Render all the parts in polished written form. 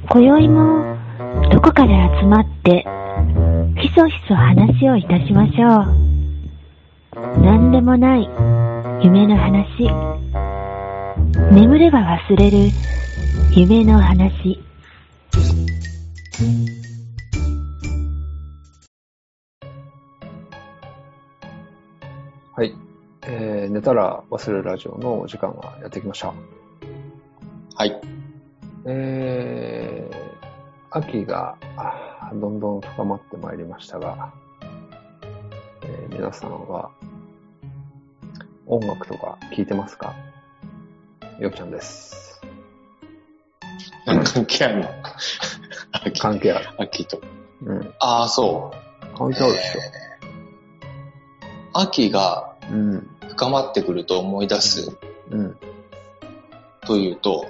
今宵もどこかで集まってひそひそ話をいたしましょう。何でもない夢の話、眠れば忘れる夢の話。 はい、寝たら忘れるラジオのお時間がやってきました。 はい。 秋がどんどん深まってまいりましたが、皆さんは音楽とか聴いてますか？よっちゃんです。 関係あるの？ 関係ある。 秋と。 うん。 ああ、そう。 関係あるでしょ。 秋が深まってくると思い出す、というと、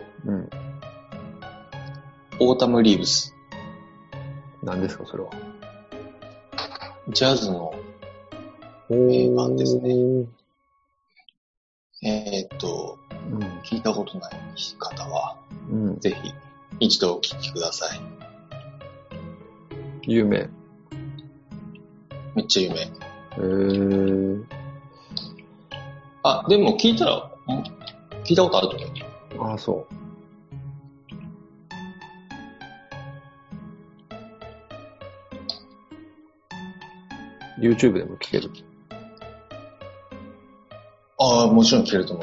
オータムリーブス。 何ですかそれは？ ジャズの名盤ですね。聞いたことない方は、ぜひ一度お聞きください。 有名？ めっちゃ有名。あ、でも聞いたことあると思う。 ああ、そう。YouTube でも聞ける？ ああ、もちろん聞けると思う。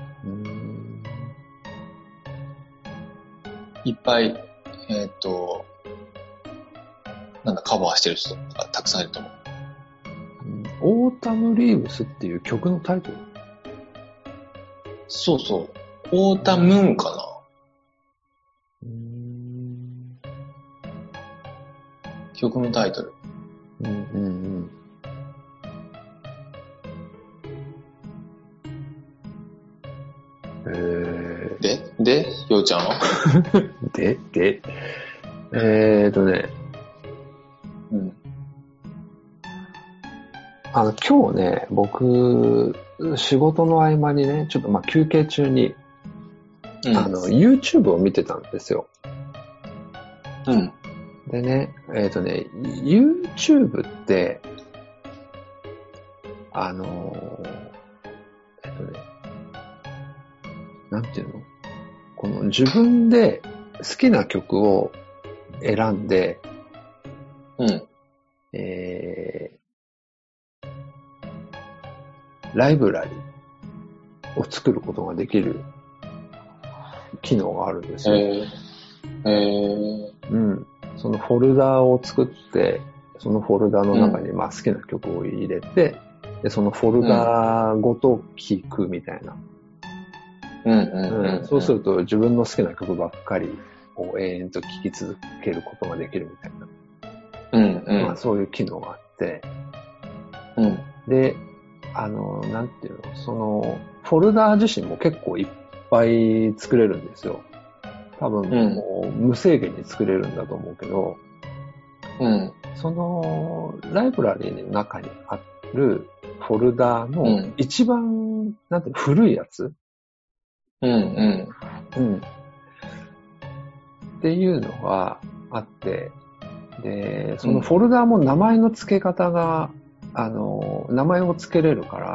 いっぱい、カバーしてる人とかたくさんいると思う。 オータムリーブスっていう曲のタイトル？ そうそう。オータムーンかな。曲のタイトル。で、ようちゃんは今日ね、僕、仕事の合間にね、ちょっと休憩中に、YouTube を見てたんですよ。でね、YouTube って、なんていうの？この自分で好きな曲を選んで、ライブラリを作ることができる機能があるんですよ。そのフォルダを作って、そのフォルダの中に好きな曲を入れて、でそのフォルダごと聴くみたいな。そうすると自分の好きな曲ばっかりを永遠と聴き続けることができるみたいな。そういう機能があって、で、なんていうの、そのフォルダ自身も結構いっぱい作れるんですよ。多分もう無制限に作れるんだと思うけど、そのライブラリーの中にあるフォルダの一番、なんていうの、古いやつ、っていうのがあって、で、そのフォルダも名前の付け方が、名前を付けれるから、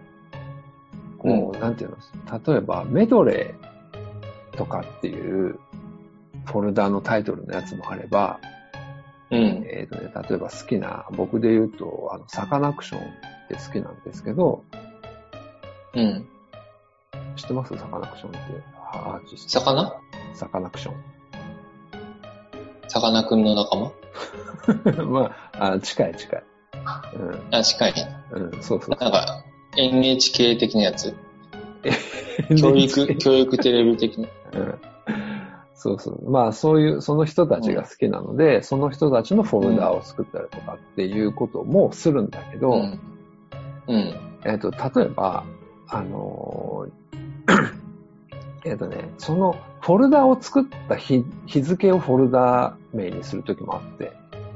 なんていうの、例えばメドレーとかっていうフォルダのタイトルのやつもあれば、例えば好きな、僕で言うと、サカナクションって好きなんですけど、知ってます？サカナクションってアーティスト。サカナクション。 さかなクンの仲間近い。 近い。 そう。 なんか、NHK 的なやつ教育テレビ的な。 そう。そういう、その人たちが好きなので、その人たちのフォルダを作ったりとかっていうこともするんだけど、例えば、そのフォルダを作った日付をフォルダ名にするときもあって、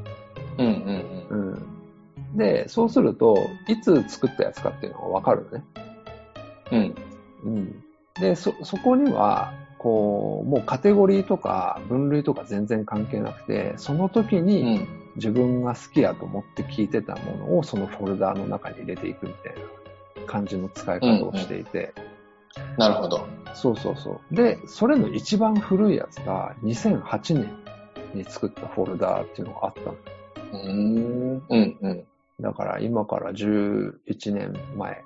で、そうすると、いつ作ったやつかっていうのがわかるのね。で、そこには、 こう、もうカテゴリーとか分類とか全然関係なくて、その時に自分が好きやと思って聞いてたものをそのフォルダーの中に入れていくみたいな感じの使い方をしていて。 なるほど。 そうそうそう。で、それの一番古いやつが2008年に作ったフォルダーっていうのがあったの。 うんうん。 だから今から11年前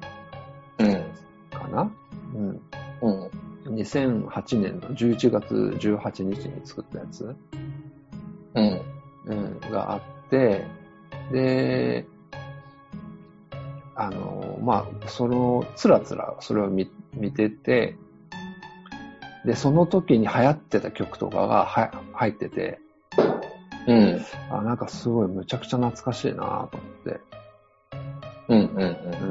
かな。うん。2008年の11月18日に作ったやつ、があって、で、まあ、つらつらそれを見てて、で、その時に流行ってた曲とかが入ってて、なんかすごいむちゃくちゃ懐かしいなと思って。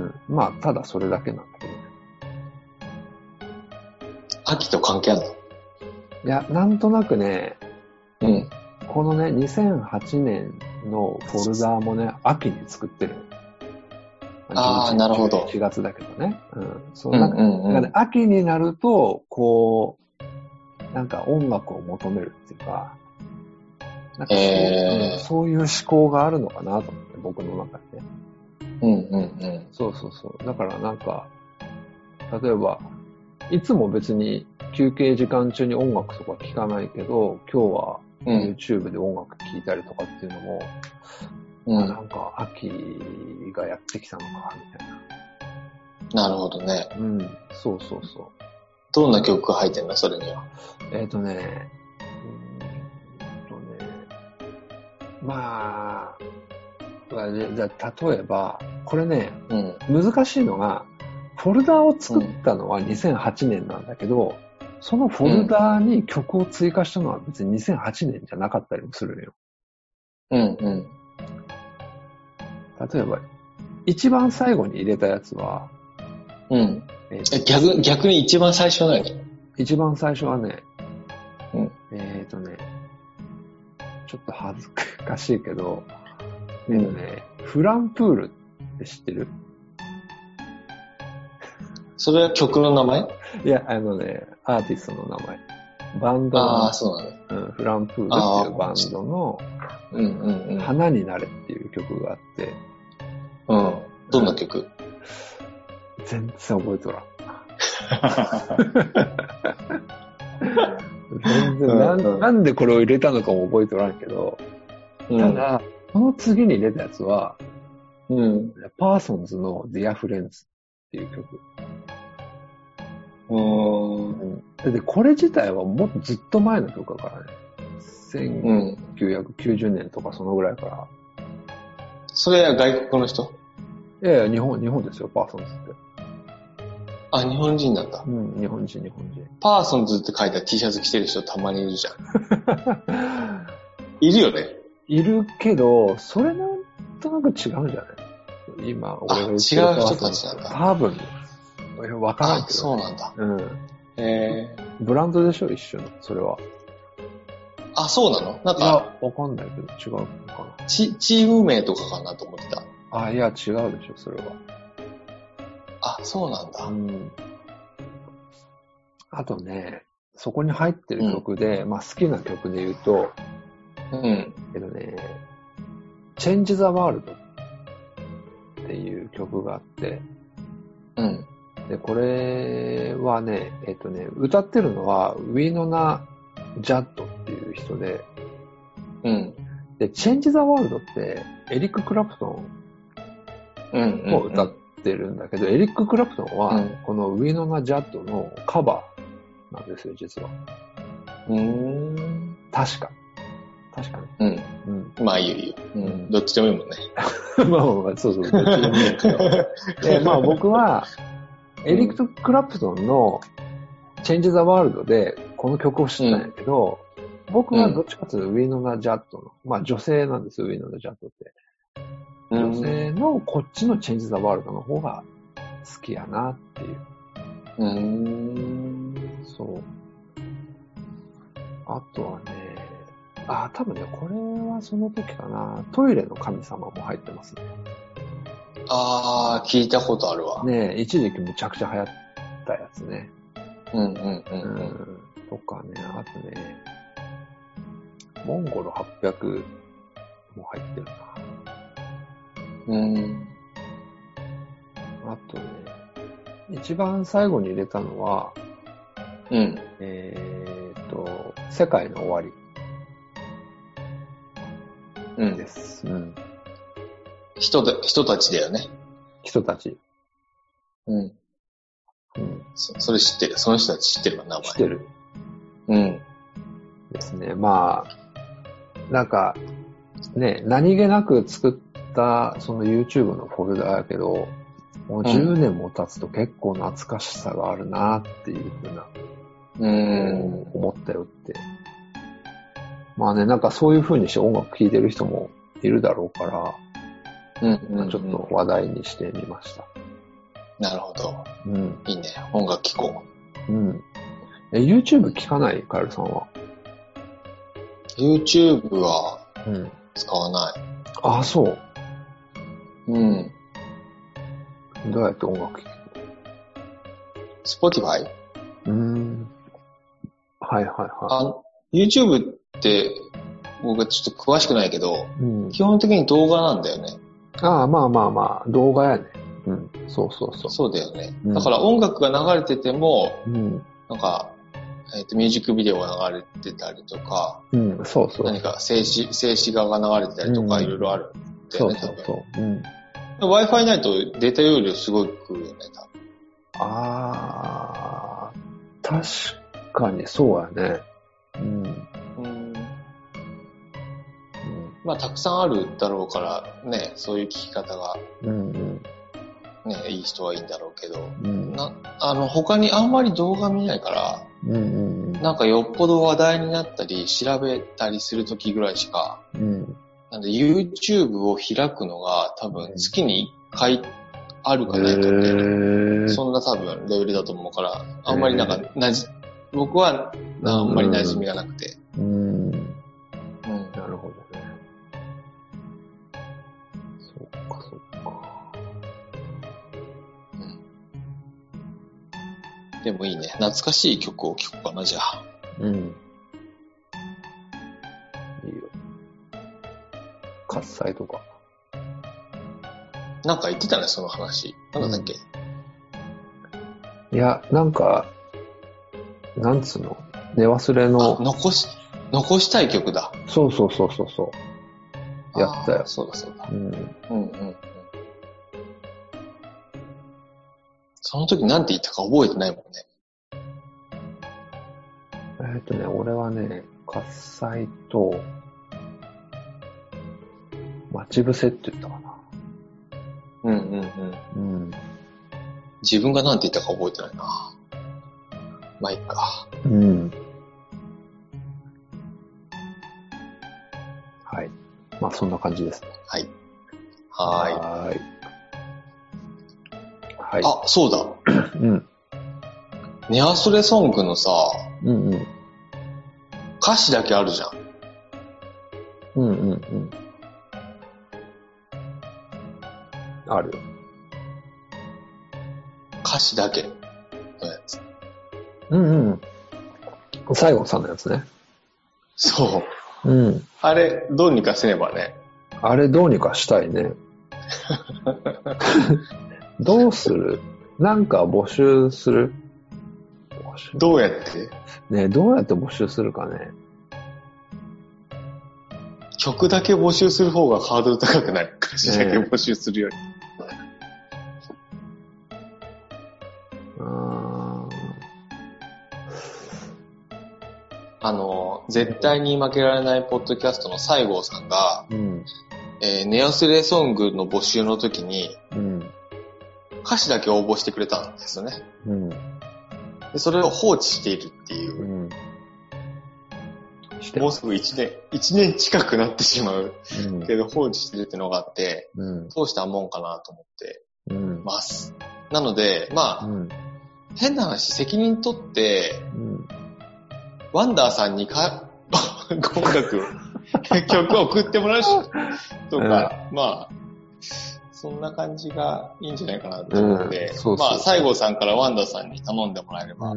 まあ、ただそれだけなんだけどね。 秋と関係あるの？ いや、なんとなくね、このね、2008年のフォルダーもね、秋に作ってる。 ああ、なるほど。 1月だけどね。なんか秋になると、こう、なんか音楽を求めるっていうか、なんかそういう思考があるのかなと思って、僕の中で。そうそうそう。だからなんか、例えば、いつも別に休憩時間中に音楽とか聴かないけど、今日は YouTube で音楽聴いたりとかっていうのも、なんか秋がやってきたのか、みたいな。なるほどね。 そうそうそう。 どんな曲が入ってんのそれには。 まあ、じゃあ例えば、これね、難しいのが、フォルダーを作ったのは2008年なんだけど、そのフォルダーに曲を追加したのは別に2008年じゃなかったりもするのよ。例えば、一番最後に入れたやつは、 逆に一番最初は何？ 一番最初はね、ちょっと恥ずかしいけど、フランプールって知ってる？ それは曲の名前？ いや、アーティストの名前。バンドの、 そうなの。 フランプールっていうバンドの、花になれっていう曲があって。 どんな曲？ 全然覚えとらん。全然なんでこれを入れたのかも覚えとらんけど、ただ、その次に入れたやつは、パーソンズの Dear Friends っていう曲。で、これ自体はもっとずっと前の曲だからね。1990年とかそのぐらいから。 それは外国の人？ いやいや、日本ですよ、パーソンズって。 あ、日本人なんだ。 日本人。 パーソンズって書いた T シャツ着てる人たまにいるじゃん。いるよね。 いるけど、それなんとなく違うんじゃない？今、俺が言ってる違う人たちなんだ。 多分。わからんけど。 そうなんだ。 ブランドでしょ、一緒の、それは。 あ、そうなの？なんか。 わかんないけど、違うのかな。 チーム名とかかなと思ってた。 いや、違うでしょ、それは。 そうなんだ。 あとね、そこに入ってる曲で、好きな曲で言うと、Change the World っていう曲があって、で、これはね、歌ってるのは、ウィノナ・ジャッドっていう人で、で、Change the World って、エリック・クラプトンも歌ってるんだけど、エリック・クラプトンは、このウィノナ・ジャッドのカバーなんですよ、実は。確かね。 まあいいよ。どっちでもいいもんね。 そう、どっちでもいいけど。で、僕は、エリック・クラプトンの Change the World でこの曲を知ったんやけど、僕はどっちかというとウィノナ・ジャッドの、女性なんですよ、ウィノナ・ジャッドって。女性のこっちの Change the World の方が好きやなっていう。そう。あとはね、多分ね、これはその時かな。トイレの神様も入ってますね。 聞いたことあるわ。 ね、一時期むちゃくちゃ流行ったやつね。 とかね、あとね、モンゴル800も入ってるな。あとね、一番最後に入れたのは、世界の終わり。です。 人たちだよね。 人たち。 それ知ってる。その人たち知ってるわ、名前。 知ってる。ですね。まあ、なんか、ね、何気なく作ったその YouTube のフォルダやけど、もう10年も経つと結構懐かしさがあるなっていうふうな、思ったよって。まあね、なんかそういう風にして音楽聴いてる人もいるだろうから、ちょっと話題にしてみました。 なるほど。いいね。音楽聴こう。YouTube 聴かない？カエルさんは。 YouTube は使わない。 あ、そう。どうやって音楽聴く ？Spotify？ はいはいはい。YouTube って僕はちょっと詳しくないけど、基本的に動画なんだよね。 まあ、動画やね。そう。 そうだよね。だから音楽が流れてても、なんか、ミュージックビデオが流れてたりとか、 そう。 何か静止画が流れてたりとか、いろいろあるんだよね、 そう。 Wi-Fi ないとデータ容量すごい食うよね、多分。 確かにそうやね。 まあ、たくさんあるだろうからね、そういう聞き方が、ね、いい人はいいんだろうけど、他にあんまり動画見ないから、なんかよっぽど話題になったり、調べたりするときぐらいしか、なんで YouTube を開くのが多分月に1回あるかないかっていう、そんな多分レベルだと思うから、あんまりなんか僕はあんまり馴染みがなくて。 なるほどね。そっか。 でもいいね。懐かしい曲を聴こうかな、じゃあ。 いいよ。喝采とか。 なんか言ってたね、その話。なんだっけ？ いや、なんか、なんつうの、寝忘れの。 残したい曲だ。 そう。やったよ。 そうだ。その時なんて言ったか覚えてないもんね。 俺はね、喝采と、待ち伏せって言ったかな。 自分がなんて言ったか覚えてないな。まあ、いいか。 はい。まあ、そんな感じですね。 はい。あ、そうだ。ネアソレソングのさ、歌詞だけあるじゃん。 あるよ。 歌詞だけのやつ。 西郷さんのやつね。 そう。あれ、どうにかせねばね。 あれ、どうにかしたいね。どうする？なんか募集する？ どうやってね、どうやって募集するかね。 曲だけ募集する方がハードル高くない？歌詞だけ募集するより。絶対に負けられないポッドキャストの西郷さんが、ネアスレソングの募集の時に、歌詞だけ応募してくれたんですよね。でそれを放置しているっていう。もうすぐ1年近くなってしまうけど放置してるってのがあって、どうしたもんかなと思ってます。なので、まあ、変な話、責任取って、ワンダーさんに音楽、曲を送ってもらうとか、まあ、 そんな感じがいいんじゃないかなと思って、まあ、西郷さんからワンダさんに頼んでもらえれば、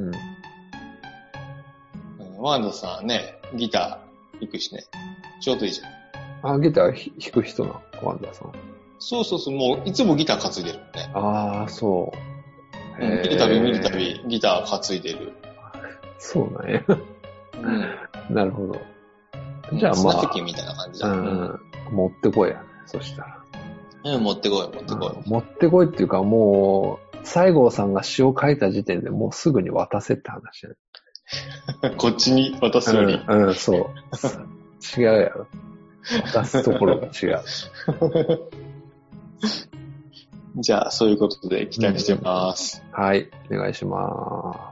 ワンダさんね、ギター弾くしね、ちょうどいいじゃん。 ギター弾く人なの、ワンダさん。 そうそうそう、もういつもギター担いでるね。 そう。 見るたびギター担いでる。 そうなんや。なるほど。じゃあまあ。スナフキンみたいな感じだ。 持ってこいや。そしたら。 持ってこい。 持ってこいっていうかもう、西郷さんが詩を書いた時点でもうすぐに渡せって話やね。こっちに渡すより。 そう。違うやろ。渡すところが違う。 じゃあ、そういうことで期待してます。 はい、お願いします。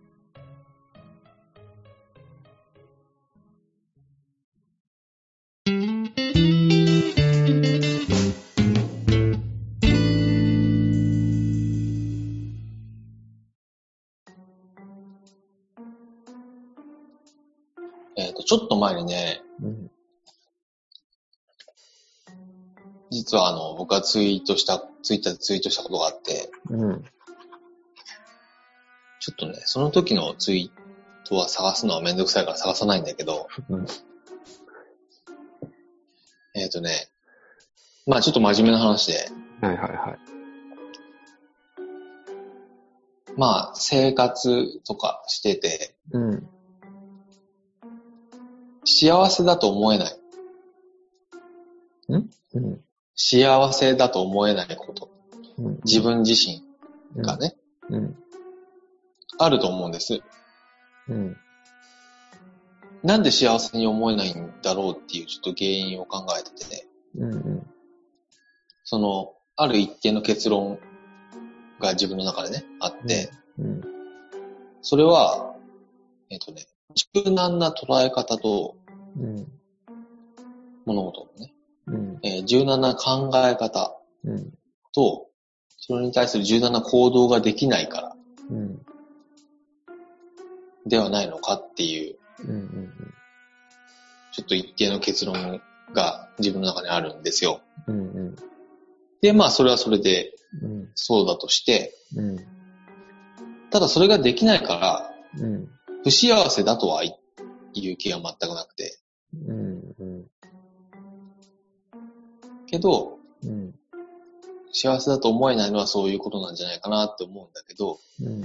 ちょっと前にね、実は僕がツイッターでツイートしたことがあって、ちょっとね、その時のツイートは探すのはめんどくさいから探さないんだけど、まあちょっと真面目な話で、まあ生活とかしてて、幸せだと思えない。幸せだと思えないこと。自分自身がね、あると思うんです。なんで幸せに思えないんだろうっていうちょっと原因を考えててね。ある一定の結論が自分の中でね、あって、それは、柔軟な捉え方と、物事のね、柔軟な考え方と、それに対する柔軟な行動ができないから、ではないのかっていう、ちょっと一定の結論が自分の中にあるんですよ。で、まあそれはそれで、そうだとして、ただそれができないから、不幸せだとはいう気が全くなくて。けど、幸せだと思えないのはそういうことなんじゃないかなって思うんだけど、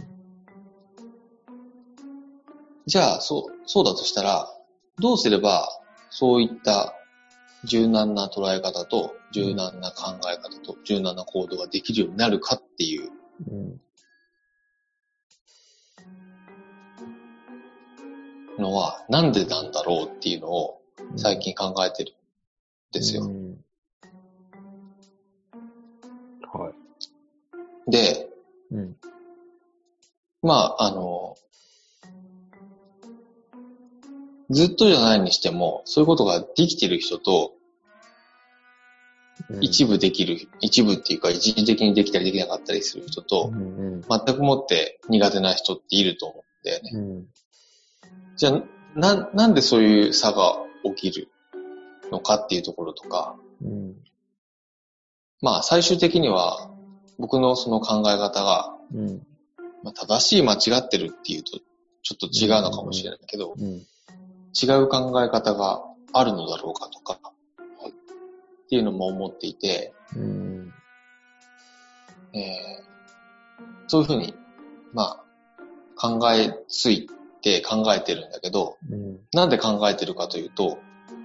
じゃあそうだとしたら、どうすればそういった柔軟な捉え方と柔軟な考え方と柔軟な行動ができるようになるかっていう、のはなんでなんだろうっていうのを最近考えてるんですよ。で、まあずっとじゃないにしてもそういうことができてる人と、一部っていうか一時的にできたりできなかったりする人と、全くもって苦手な人っていると思うんだよね。じゃあなんでそういう差が起きるのかっていうところとか、まあ最終的には僕のその考え方が、まあ、正しい間違ってるっていうとちょっと違うのかもしれないけど、違う考え方があるのだろうかとかっていうのも思っていて、そういうふうにまあ考えてるんだけど、なんで考えてるかというと、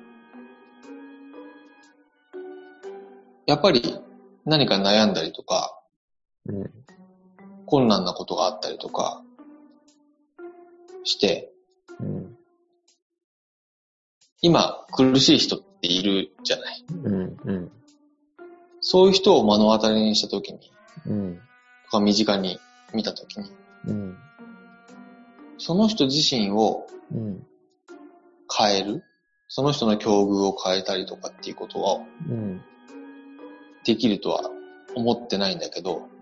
やっぱり何か悩んだりとか、困難なことがあったりとかして、今苦しい人っているじゃない。そういう人を目の当たりにしたときに、とか身近に見たときに、その人自身を変える、その人の境遇を変えたりとかっていうことは、できるとは思ってないんだけど、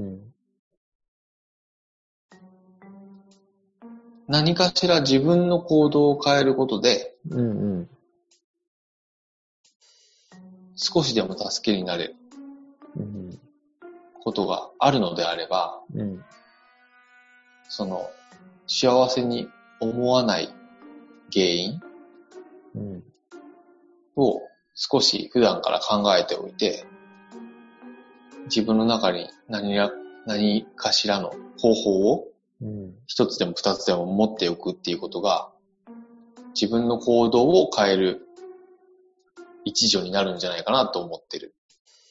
何かしら自分の行動を変えることで、少しでも助けになれる。 ことがあるのであれば、その幸せに思わない原因を少し普段から考えておいて、自分の中に何かしらの方法を一つでも二つでも持っておくっていうことが、自分の行動を変える一助になるんじゃないかなと思ってる。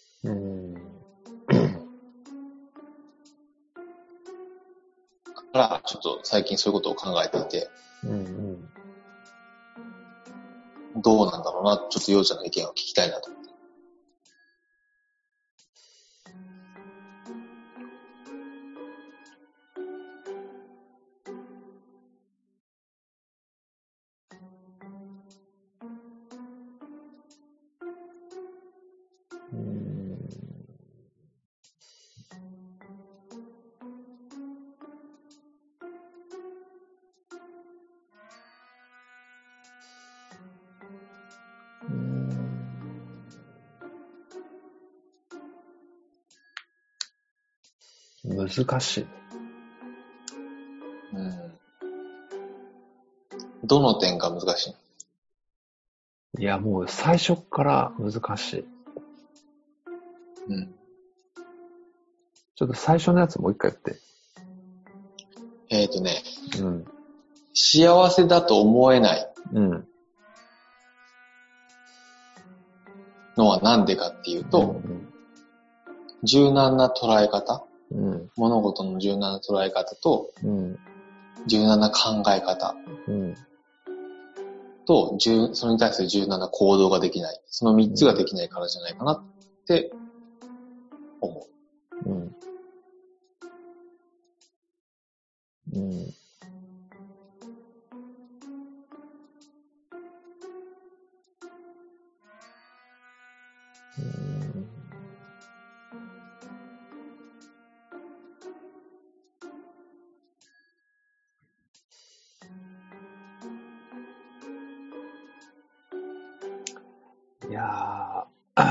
だからちょっと最近そういうことを考えていて、どうなんだろうな、ちょっとようちゃんの意見を聞きたいなと思って。 難しい。 どの点が難しい？ いや、もう最初から難しい。ちょっと最初のやつもう一回言って。 幸せだと思えないのはなんでかっていうと、柔軟な捉え方、物事の柔軟な捉え方と、柔軟な考え方、と、それに対する柔軟な行動ができない。その3つができないからじゃないかなって思う。 いや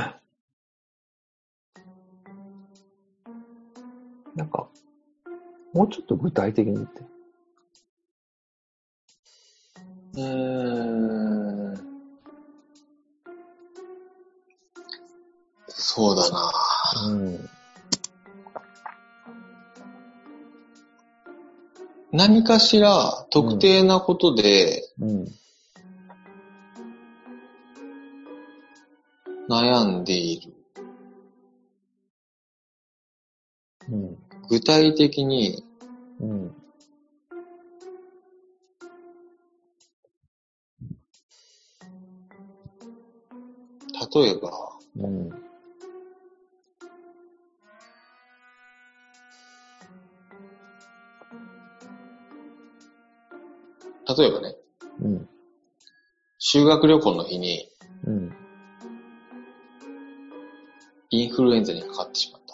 なんか、もうちょっと具体的に言って。 そうだな。何かしら特定なことで、悩んでいる。具体的に、例えば、例えばね、修学旅行の日に、インフルエンザにかかってしまった。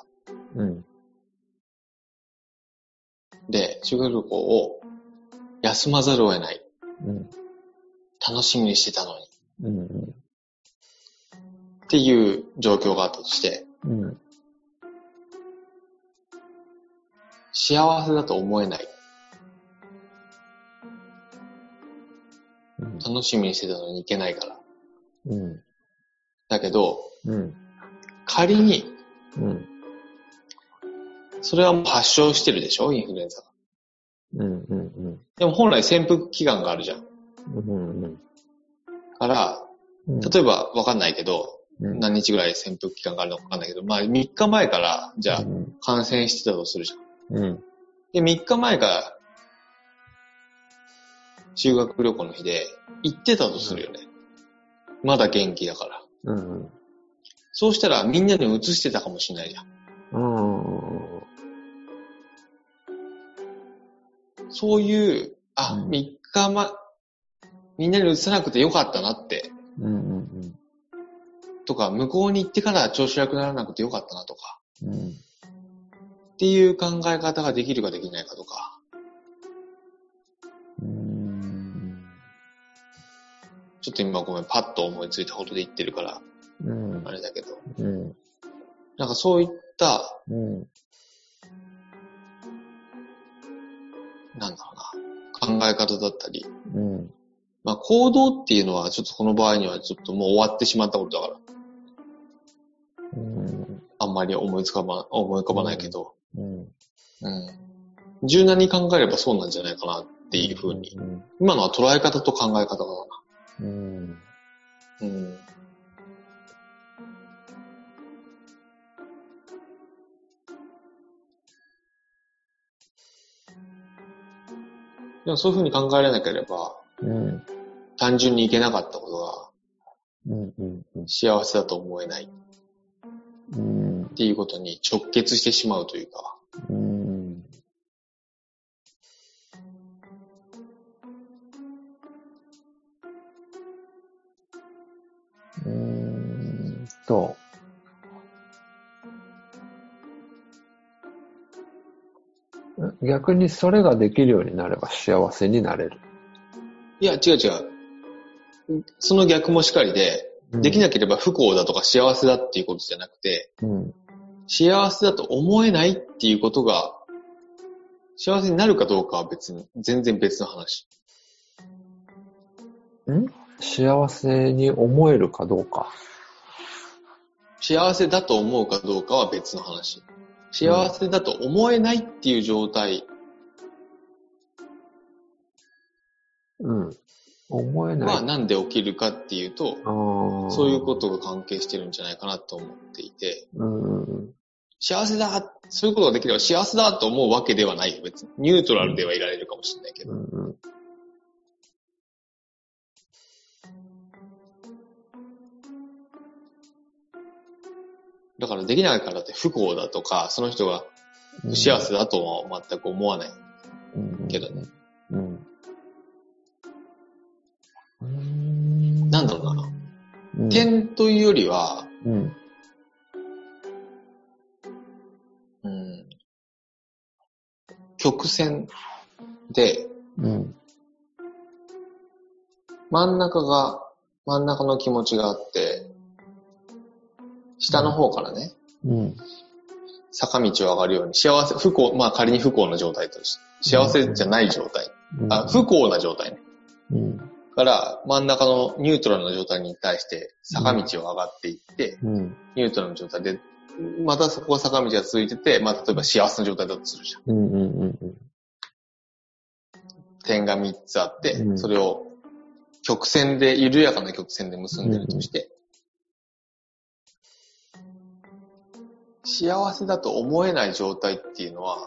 で、修学旅行を休まざるを得ない。楽しみにしてたのに。っていう状況があったとして、幸せだと思えない。楽しみにしてたのに行けないから。だけど、仮に、それはもう発症してるでしょ、インフルエンザが。でも本来潜伏期間があるじゃん。から、例えばわかんないけど、何日ぐらい潜伏期間があるのかわかんないけど、まあ3日前から、じゃあ感染してたとするじゃん。で、3日前から修学旅行の日で行ってたとするよね。まだ元気だから。そうしたらみんなに移してたかもしれないじゃん。そういう、3日前、みんなに移さなくてよかったなって。とか、向こうに行ってから調子悪くならなくてよかったなとか。っていう考え方ができるかできないかとか。ちょっと今ごめん、パッと思いついたことで言ってるから、あれだけど。 なんかそういった、なんだろうな、考え方だったり、まあ行動っていうのはちょっとこの場合にはちょっともう終わってしまったことだから、あんまり思い浮かばないけど、柔軟に考えればそうなんじゃないかなっていうふうに、今のは捉え方と考え方だな。でもそういうふうに考えられなければ、単純にいけなかったことが、幸せだと思えない、っていうことに直結してしまうというか、 逆にそれができるようになれば幸せになれる。 いや、違う。その逆もしかりで、できなければ不幸だとか幸せだっていうことじゃなくて、幸せだと思えないっていうことが、幸せになるかどうかは全然別の話。 幸せに思えるかどうか。 幸せだと思うかどうかは別の話。幸せだと思えないっていう状態。 思えない。 はなんで起きるかっていうと、そういうことが関係してるんじゃないかなと思っていて、幸せだ、そういうことができれば幸せだと思うわけではないよ、別に。ニュートラルではいられるかもしれないけど。だからできないからって不幸だとか、その人が不幸せだとは全く思わない。けどね。なんだろうな。点というよりは、曲線で、真ん中の気持ちがあって、下の方からね、坂道を上がるように、不幸、まあ仮に不幸な状態として、幸せじゃない状態、不幸な状態ね。から真ん中のニュートラルな状態に対して坂道を上がっていって、ニュートラルな状態で、またそこが坂道が続いてて、まあ例えば幸せな状態だとするじゃん。点が3つあって、それを曲線で、緩やかな曲線で結んでるとして、幸せだと思えない状態っていうのは、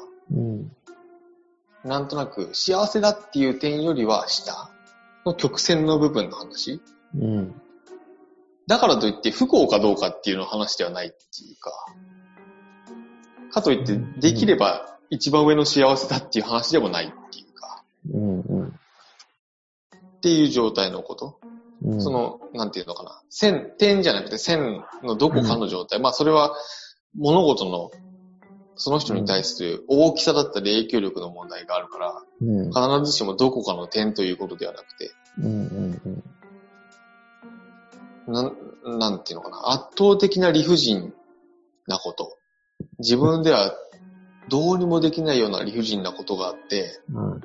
なんとなく幸せだっていう点よりは下の曲線の部分の話、だからといって不幸かどうかっていうの話ではないっていうか、かといってできれば一番上の幸せだっていう話でもないっていうか、っていう状態のこと。その、なんていうのかな。点じゃなくて線のどこかの状態。まあそれは物事のその人に対する大きさだったり影響力の問題があるから、必ずしもどこかの点ということではなくて、なんていうのかな。圧倒的な理不尽なこと。自分ではどうにもできないような理不尽なことがあって、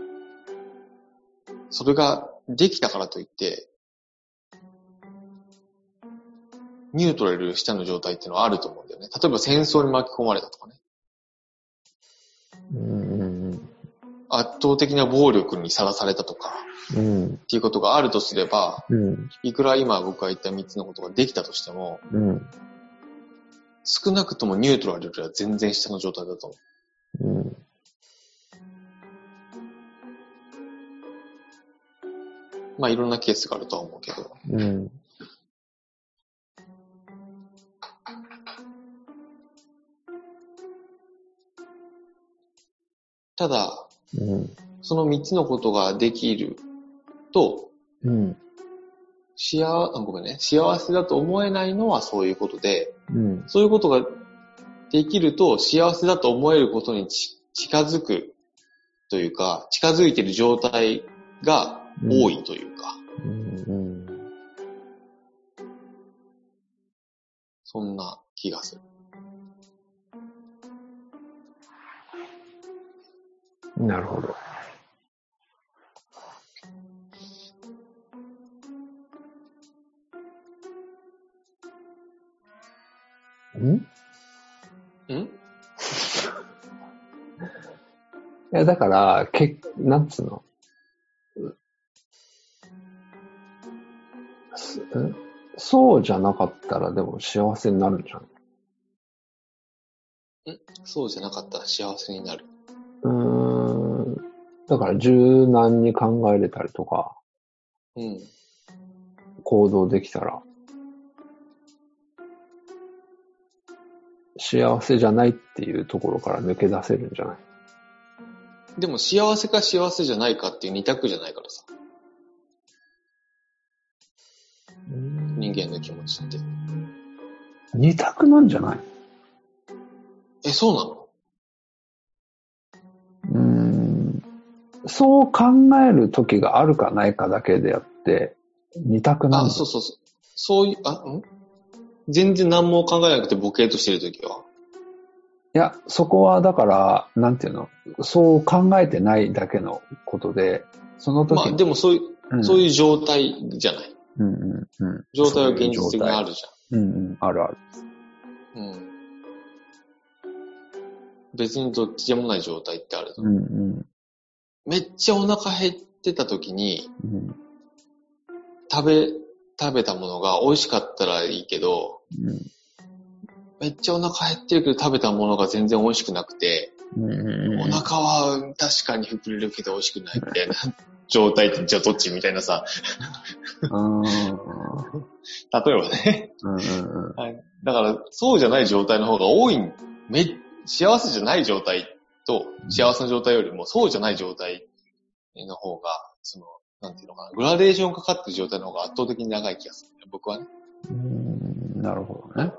それができたからといって、ニュートラル下の状態っていうのはあると思うんだよね。例えば戦争に巻き込まれたとかね。圧倒的な暴力にさらされたとか、っていうことがあるとすれば、いくら今僕が言った3つのことができたとしても、少なくともニュートラルよりは全然下の状態だと思う。まあいろんなケースがあるとは思うけど。ただ、その3つのことができると、幸せだと思えないのはそういうことで、そういうことができると幸せだと思えることに近づくというか、近づいている状態が多いというか、そんな気がする。 なるほど。 いや、だから、なんつうの。そうじゃなかったらでも幸せになるんじゃない？ そうじゃなかったら幸せになる。 だから柔軟に考えれたりとか、行動できたら、幸せじゃないっていうところから抜け出せるんじゃない？ でも幸せか幸せじゃないかっていう二択じゃないからさ。人間の気持ちって。 二択なんじゃない？ そうなの？ そう考える時があるかないかだけであって、二択なんだ。 そう。そういう、全然何も考えなくてボケーとしてる時は。 いや、そこはだから、なんていうの、そう考えてないだけのことで、その時に。 でもそういう状態じゃない。状態は現実的にあるじゃん。 あるある。 別にどっちでもない状態ってある。めっちゃお腹減ってた時に、食べたものが美味しかったらいいけど、めっちゃお腹減ってるけど食べたものが全然美味しくなくて、お腹は確かに膨れるけど美味しくないみたいな状態ってじゃあどっちみたいなさ。例えばね。だからそうじゃない状態の方が多い。幸せじゃない状態と幸せな状態よりもそうじゃない状態の方が、なんていうのかな、グラデーションかかってる状態の方が圧倒的に長い気がする、ね、僕はね。 なるほどね。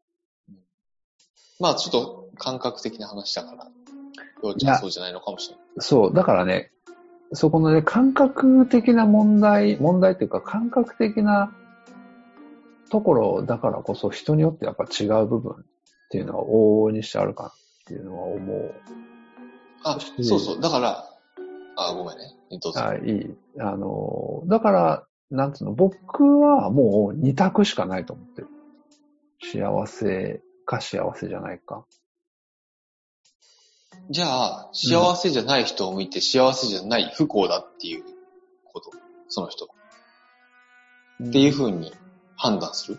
ちょっと感覚的な話だから、ようちゃんはそうじゃないのかもしれない。 そう、だからね、そこのね、感覚的な問題というか、感覚的なところだからこそ人によってやっぱ違う部分っていうのは往々にしてあるかなっていうのは思う。 そう。だから、ごめんね。どうぞ。 いい。だから、なんつうの、僕はもう二択しかないと思ってる。幸せか幸せじゃないか。 じゃあ、幸せじゃない人を見て幸せじゃない不幸だっていうこと、その人。っていう風に判断する？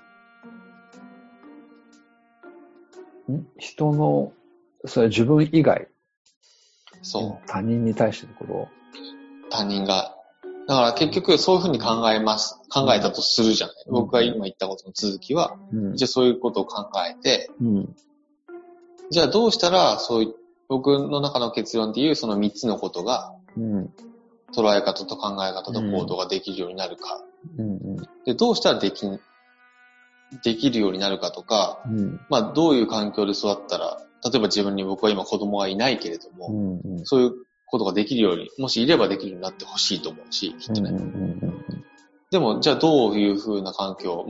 人の、それは自分以外。 そう。 他人に対してのことを。 他人が。だから結局そういう風に考えたとするじゃない。僕が今言ったことの続きは、じゃあそういうことを考えて、じゃあどうしたら僕の中の結論でいうその3つのことが、捉え方と考え方と行動ができるようになるか。で、どうしたらできるようになるかとか、どういう環境で育ったら、例えば僕は今子供がいないけれども、そういうことができるように、もしいればできるようになってほしいと思うし、きっとね。でも、じゃあどういう風な環境、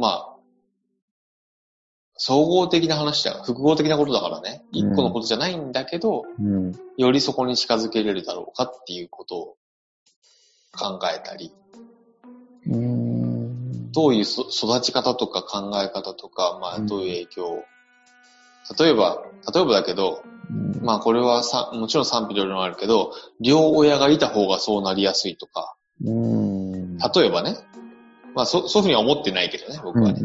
総合的な話だ。複合的なことだからね。一個のことじゃないんだけど、よりそこに近づけれるだろうかっていうことを考えたり、どういう育ち方とか考え方とか、どういう影響を、例えばだけど、これはもちろん賛否両論あるけど、両親がいた方がそうなりやすいとか、例えばね、そういうふうには思ってないけどね、僕はね。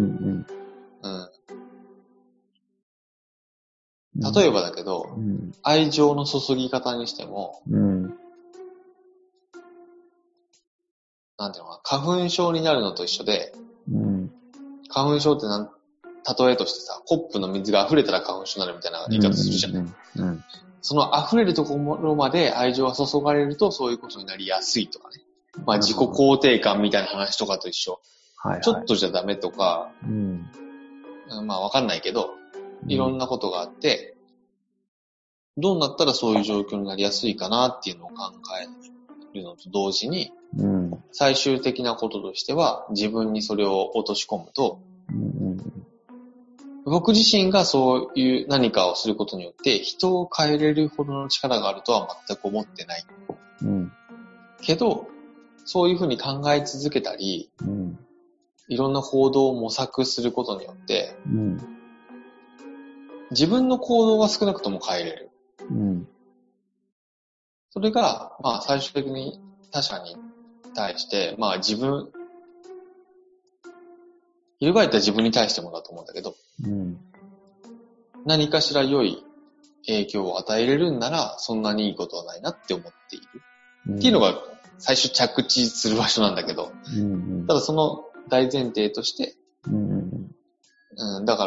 例えばだけど、愛情の注ぎ方にしても、なんていうのかな、花粉症になるのと一緒で、花粉症って例えとしてさ、コップの水が溢れたら花粉症になるみたいな言い方するじゃない。その溢れるところまで愛情が注がれるとそういうことになりやすいとかね。自己肯定感みたいな話とかと一緒。ちょっとじゃダメとか、わかんないけど、いろんなことがあって、どうなったらそういう状況になりやすいかなっていうのを考えるのと同時に、最終的なこととしては自分にそれを落とし込むと、 僕自身がそういう何かをすることによって人を変えれるほどの力があるとは全く思ってない。うん。けど、そういうふうに考え続けたり、うん、いろんな行動を模索することによって、うん、自分の行動は少なくとも変えれる。うん、それが、まあ最終的に他者に対して、まあ翻った自分に対してもだと思うんだけど、うん、何かしら良い影響を与えれるんなら、そんなにいいことはないなって思っている。うん、っていうのが最初着地する場所なんだけど、うんうん、ただその大前提として、うんうん、だから、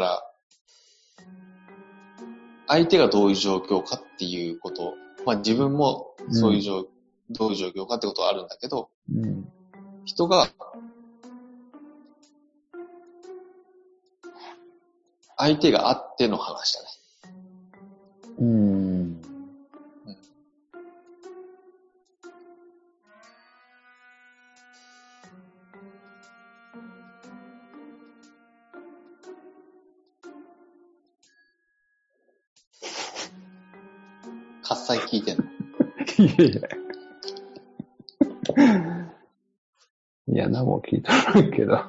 相手がどういう状況かっていうこと、まあ自分もそういうどういう状況かってことはあるんだけど、うん、人が相手があっての話だね。喝采聞いてんの？ いや、何も聞いてないけど。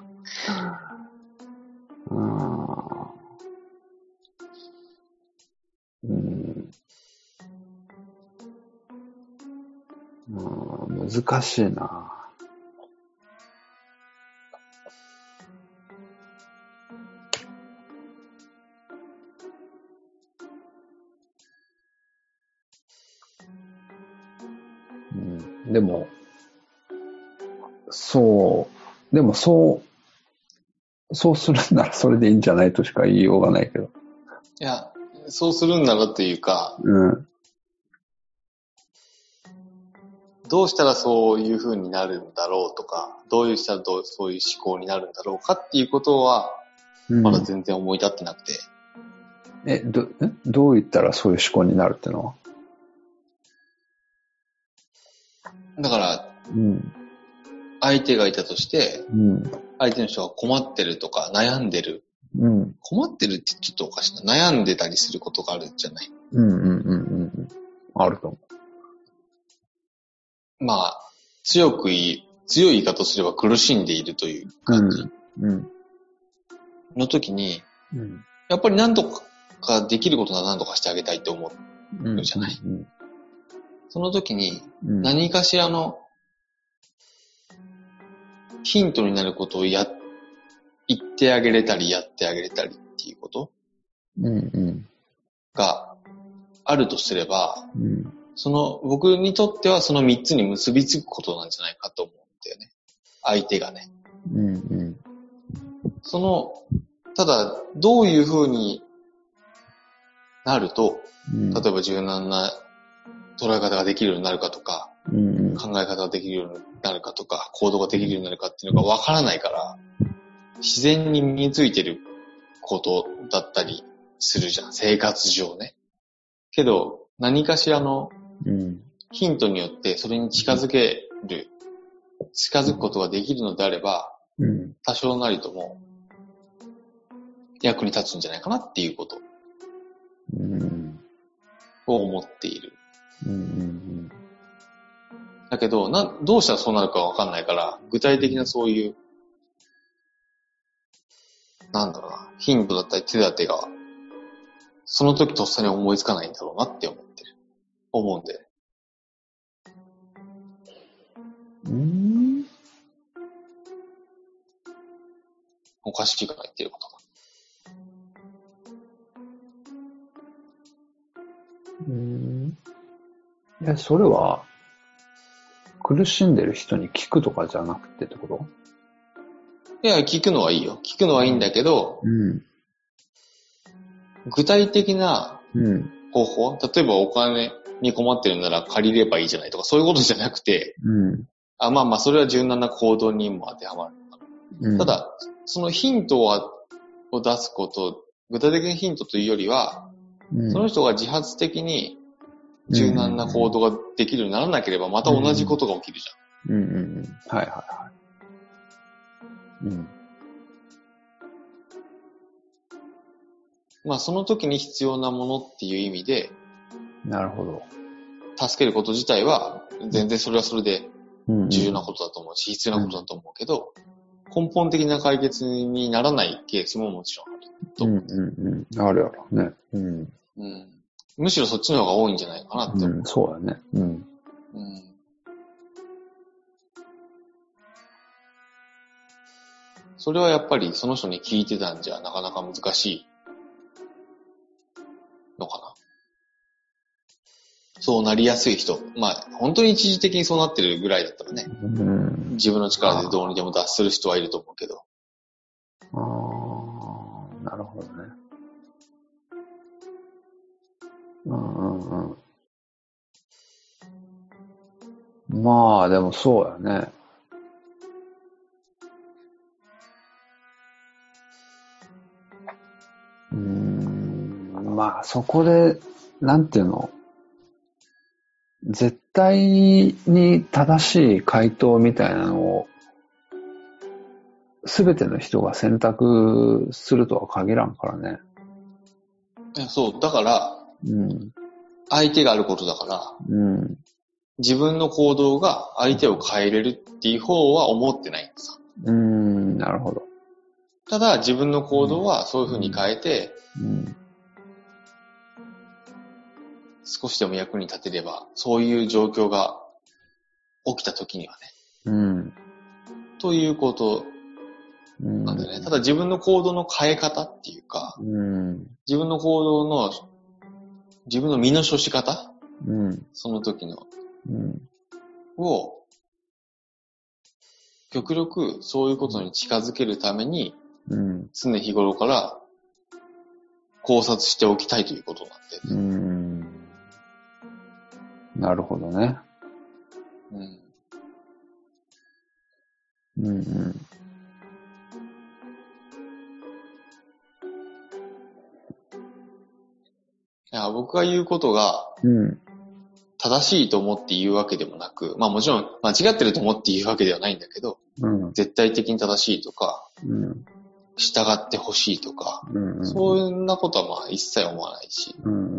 難しいな。でもそうするんならそれでいいんじゃないとしか言いようがないけど。 いや、そうするんならっていうか、どうしたらそういう風になるんだろうとか、どういうしたらそういう思考になるんだろうかっていうことは、まだ全然思い立ってなくて。 どう言ったらそういう思考になるってのは？ だから、相手がいたとして、相手の人が困ってるとか悩んでる。困ってるってちょっとおかしいな。悩んでたりすることがあるじゃない。 あると思う。まあ、強い言い方をすれば苦しんでいるという感じ。の時に、やっぱり何とかできることなら何とかしてあげたいって思うじゃない。その時に、何かしらのヒントになることを言ってあげれたりやってあげれたりっていうことがあるとすれば、僕にとってはその3つに結びつくことなんじゃないかと思うんだよね。相手がね。ただ、どういう風になると、例えば柔軟な捉え方ができるようになるかとか、考え方ができるようになるかとか、行動ができるようになるかっていうのがわからないから、自然に身についてることだったりするじゃん。生活上ね。けど、何かしらのヒントによってそれに近づくことができるのであれば、多少なりとも役に立つんじゃないかなっていうことを思っている。だけど、どうしたらそうなるかわかんないから、具体的なそういう、ヒントだったり手立てが、その時とっさに思いつかないんだろうなって思うんで。おかしいかな言ってることが。 いや、それは、苦しんでる人に聞くとかじゃなくてってこと？ いや、聞くのはいいよ。聞くのはいいんだけど、具体的な方法、例えばお金に困ってるなら借りればいいじゃないとか、そういうことじゃなくて、それは柔軟な行動にも当てはまる。ただ、そのヒントを出すこと、具体的なヒントというよりは、その人が自発的に柔軟な行動ができるようにならなければ、また同じことが起きるじゃん。 はいはいはい。 まあその時に必要なものっていう意味で、 なるほど。 助けること自体は、全然それはそれで重要なことだと思うし、必要なことだと思うけど、根本的な解決にならないケースももちろんあると思う。 あるやろね。 むしろそっちの方が多いんじゃないかなって思う。 そうだね。 それはやっぱりその人に聞いてたんじゃなかなか難しいのかな。そうなりやすい人。まあ、本当に一時的にそうなってるぐらいだったらね。自分の力でどうにでも脱する人はいると思うけど。 なるほどね。まあ、でもそうやね。まあ、そこで、なんていうの、絶対に正しい回答みたいなのを、すべての人が選択するとは限らんからね。 そう、だから、相手があることだから、自分の行動が相手を変えれるっていう方は思ってないんさ。 なるほど。 ただ、自分の行動はそういう風に変えて、少しでも役に立てれば、そういう状況が起きた時にはね。ということなんだよね。ただ自分の行動の変え方っていうか、自分の行動の、自分の身の処し方、その時の、を、極力そういうことに近づけるために、常日頃から考察しておきたいということなんで。 なるほどね。いや、僕が言うことが、正しいと思って言うわけでもなく、まあもちろん間違ってると思って言うわけではないんだけど、絶対的に正しいとか、従ってほしいとか、そんなことはまあ一切思わないし。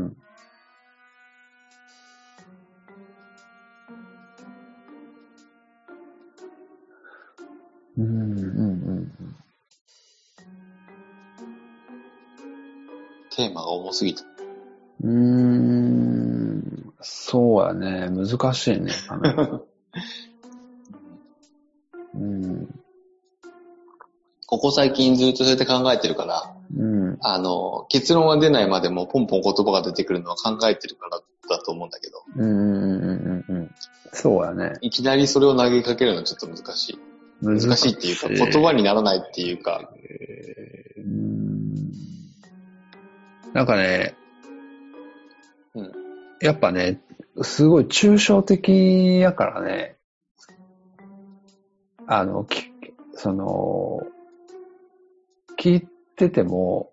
テーマが重すぎた。 そうやね。難しいね。 ここ最近ずっとそうやって考えてるから、結論は出ないまでもポンポン言葉が出てくるのは考えてるからだと思うんだけど。 そうやね。 いきなりそれを投げかけるのはちょっと難しい。難しいっていうか、言葉にならないっていうか。 なんかね、やっぱね、すごい抽象的やからね、聞いてても、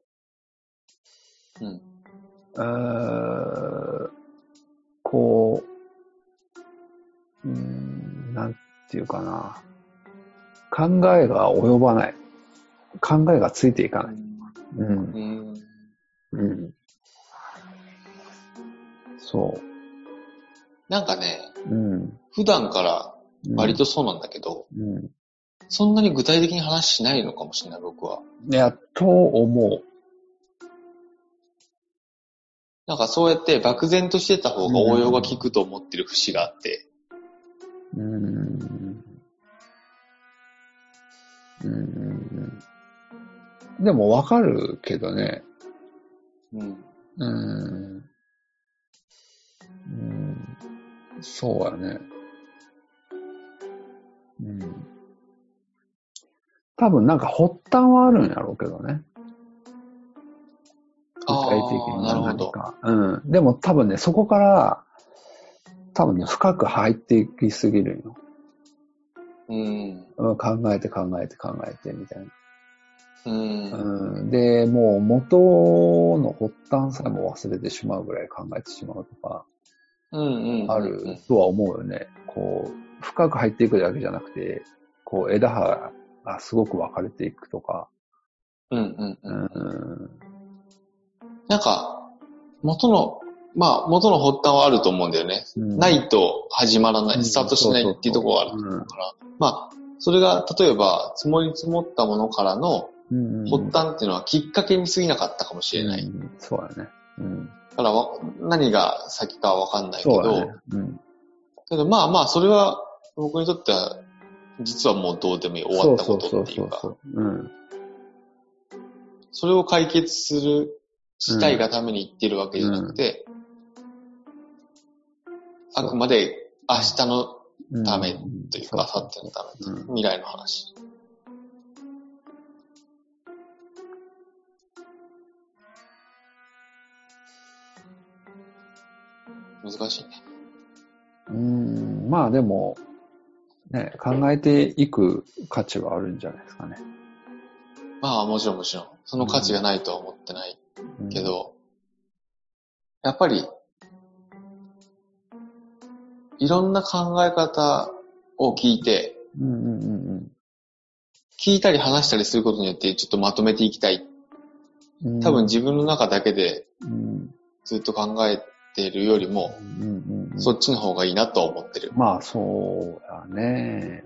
こう、なんていうかな、考えが及ばない。考えがついていかない。そう。 なんかね、普段から割とそうなんだけど、そんなに具体的に話しないのかもしれない、僕は。 いや、と思う。 なんかそうやって漠然としてた方が応用が効くと思ってる節があって。 でもわかるけどね。そうやね。多分なんか発端はあるんやろうけどね。具体的に何か。でも多分ね、そこから、多分ね、深く入っていきすぎるよ。考えてみたいな。で、もう元の発端さえも忘れてしまうぐらい考えてしまうとか、あるとは思うよね。こう、深く入っていくだけじゃなくて、こう、枝葉がすごく分かれていくとか。 なんか、元の発端はあると思うんだよね。ないと始まらない、スタートしないっていうところがあると思うから、まあ、それが例えば積もり積もったものからの発端っていうのはきっかけに過ぎなかったかもしれない。 そうだね。 だから何が先かはわかんないけど、けどまあそれは僕にとっては実はもうどうでもいい、終わったことっていうか、それを解決したいがために言ってるわけじゃなくて、あくまで明日のためというか、明後日のためというか、未来の話。難しいね。 まあでも、ね、考えていく価値はあるんじゃないですかね。 まあもちろん。その価値がないとは思ってないけど、やっぱり、いろんな考え方を聞いて、聞いたり話したりすることによってちょっとまとめていきたい。多分自分の中だけでずっと考えているよりも、そっちの方がいいなとは思ってる。 まあそうだね。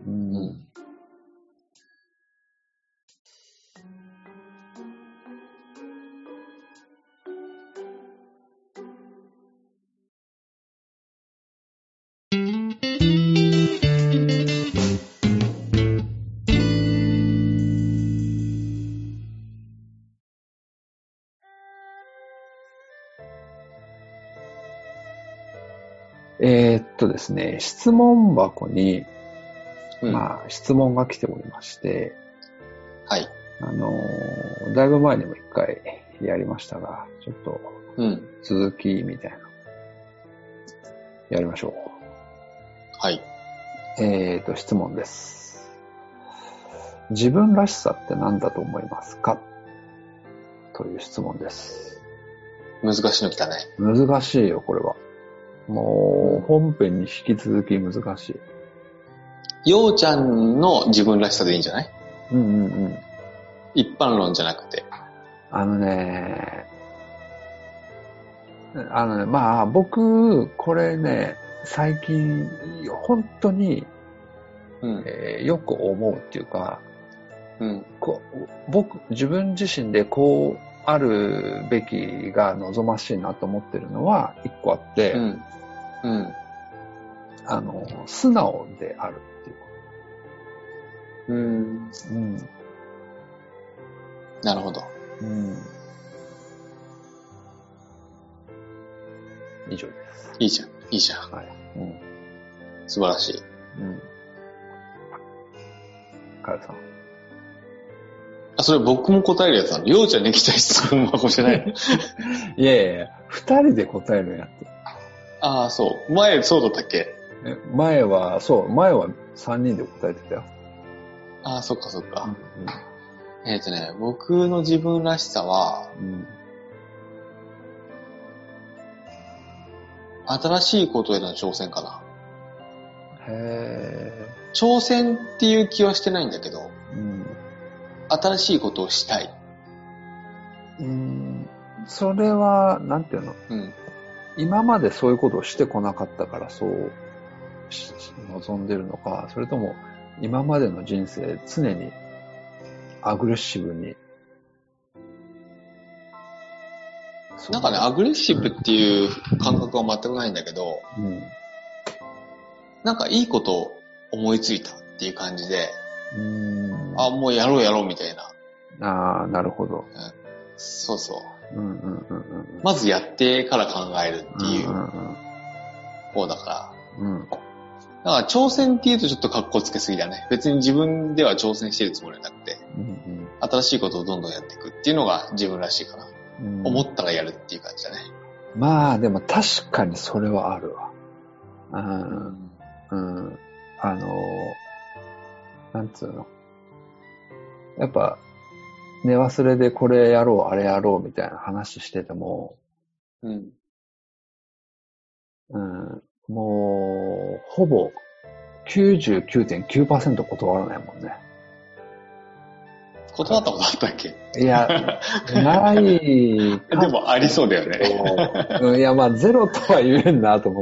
ですね、質問箱に、まあ、質問が来ておりまして、 はい。 だいぶ前にも一回やりましたが、ちょっと、続きみたいな、やりましょう。 はい。 質問です。自分らしさって何だと思いますか？という質問です。 難しいの来たね。 難しいよ、これは。もう、本編に引き続き難しい。ようちゃんの自分らしさでいいんじゃない？一般論じゃなくて。 まあ、僕、これね、最近、本当に、よく思うっていうか、自分自身でこうあるべきが望ましいなと思ってるのは一個あって、素直であるっていう。 なるほど。 以上です。 いいじゃん。はい。素晴らしい。 カエルさん。 それ僕も答えるやつなの？ようちゃんに来た質問箱じゃないの？ いや、二人で答えるやつ。 ああ、そう。前そうだったっけ？ 前は3人で答えてたよ。 ああ、そっか。僕の自分らしさは、新しいことへの挑戦かな。挑戦っていう気はしてないんだけど、新しいことをしたい。 それは、なんていうの、今までそういうことをしてこなかったからそう望んでるのか、それとも今までの人生常にアグレッシブに。 なんかね、アグレッシブっていう感覚は全くないんだけど、なんかいいことを思いついたっていう感じで、もうやろうみたいな。 なるほど。 そうそう。まずやってから考えるっていう方だから。だから挑戦っていうとちょっと格好つけすぎだね。別に自分では挑戦してるつもりはなくて、新しいことをどんどんやっていくっていうのが自分らしいかな。思ったらやるっていう感じだね。 まあでも確かにそれはあるわ。なんつうの。やっぱ、寝忘れでこれやろう、あれやろうみたいな話してても、もう、ほぼ 99.9% 断らないもんね。 断ったことあったっけ？ いや、ない。 でもありそうだよね。 いや、まあ、ゼロとは言えんなと思って。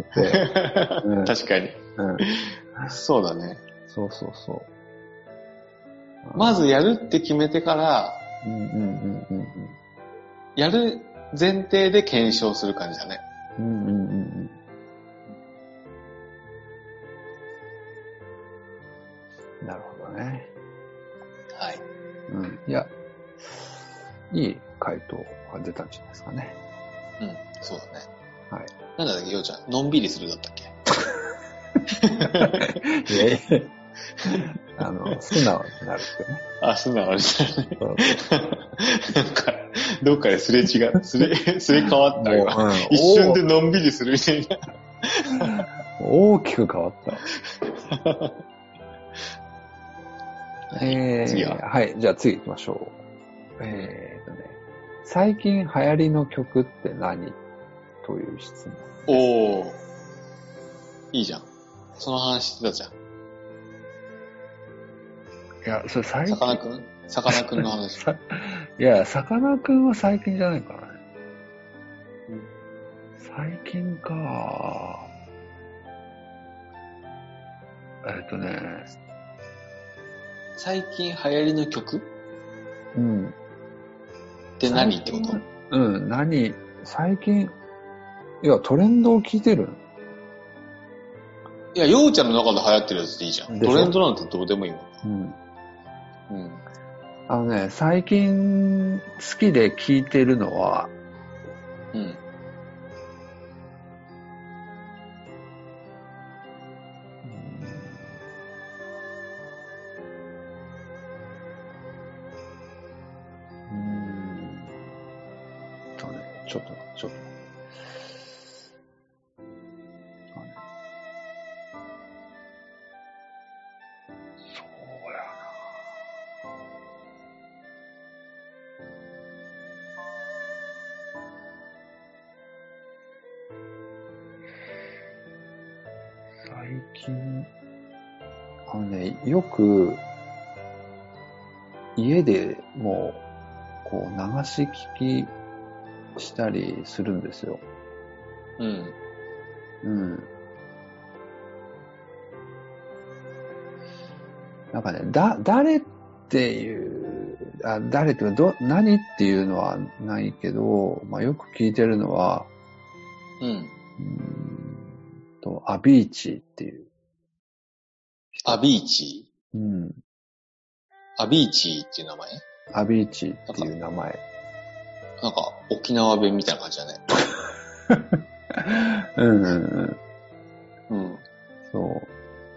うん、確かに、うん。そうだね。 そうそうそう。 まずやるって決めてから、やる前提で検証する感じだね。 なるほどね。 はい。 うん。いや、いい回答が出たんじゃないですかね。 うん、そうだね。 はい。 なんだっけ、ようちゃん、のんびりするだったっけ？ いやいや。素直になるってね。 あ、素直になるね。なんか、どっかですれ違う、すれ変わったよ、一瞬でのんびりするみたいな。 大きく変わった。次ははい、じゃあ次行きましょう。最近流行りの曲って何という質問。 おー。いいじゃん。その話してたじゃん。 いや、それ最近。 さかなクンの話。 いや、さかなクンは最近じゃないからね。うん、最近か。 最近流行りの曲？ うん。 って何ってこと？ うん、最近、いや、トレンドを聞いてる。 いや、ようちゃんの中で流行ってるやつでいいじゃん。トレンドなんてどうでもいいもん。 うん。最近好きで聞いてるのは、うん。ちょっと。そうやな。最近、よく、家でもう、こう、流し聞きしたりするんですよ。うん。うん。なんかね、誰っていう、誰っていうか、何っていうのはないけど、まあよく聞いてるのは、アビーチっていう。 アビーチ？ うん。 アビーチっていう名前？ アビーチっていう名前。 なんか、沖縄弁みたいな感じだね。 うん。そう。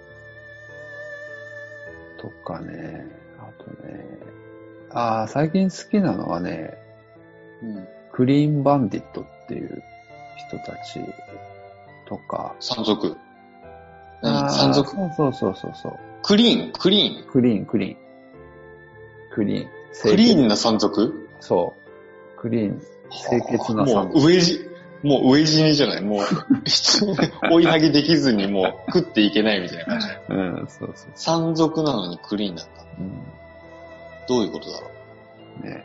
とかね、あとね、最近好きなのはね、クリーンバンディットっていう人たちとか。 山賊？何？山賊？ そう。 クリーン。 クリーンな山賊？ そう。クリーン。清潔な山賊。 もう飢え死にじゃない？もう、追い上げできずにもう食っていけないみたいな感じ。 そう。 山賊なのにクリーンなんだ。どういうことだろう。ね。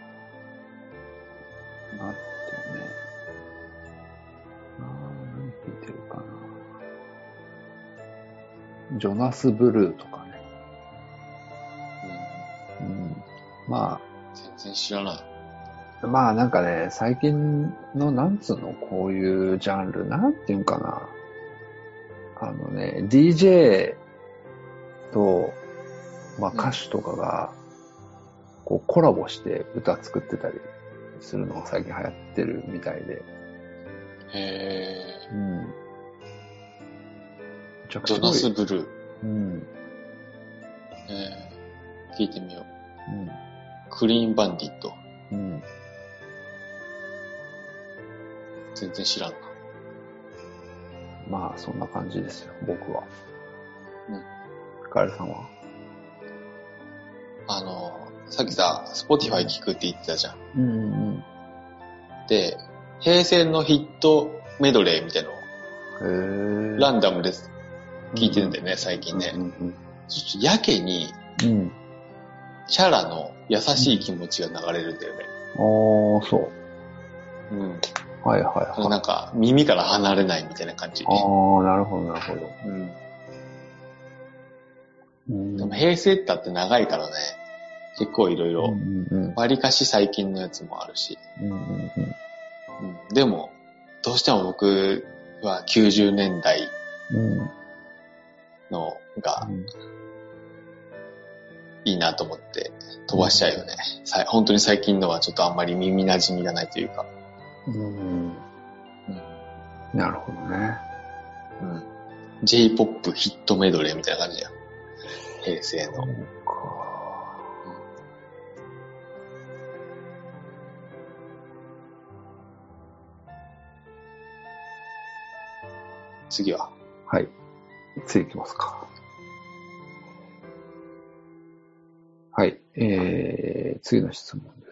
あとね。何聞いてるかな。ジョナス・ブルーとかね。まあ。 全然知らない。 まあなんかね、最近のなんつうの、こういうジャンル、なんていうんかな。DJ と、まあ歌手とかが、こうコラボして歌作ってたりするのが最近流行ってるみたいで。 へー。 うん。 ジョナス・ブルー。 うん。 聞いてみよう。クリーンバンディット。全然知らんな。 まあ、そんな感じですよ、僕は。カエルさんは？ さっきさ、Spotify 聞くって言ってたじゃん。で、平成のヒットメドレーみたいなのを、ランダムです聞いてるんだよね、最近ね。やけに、 チャラの優しい気持ちが流れるんだよね。 そう。うん。はいはいはい。 なんか、耳から離れないみたいな感じ。 なるほどなるほど。 でも平成ってあって長いからね、結構いろいろ、わりかし最近のやつもあるし。でも、どうしても僕は90年代のがいいなと思って飛ばしちゃうよね。本当に最近のはちょっとあんまり耳馴染みがないというか。 なるほどね。 J-POP ヒットメドレーみたいな感じや。平成の。次は？ はい。次行きますか。はい。次の質問です。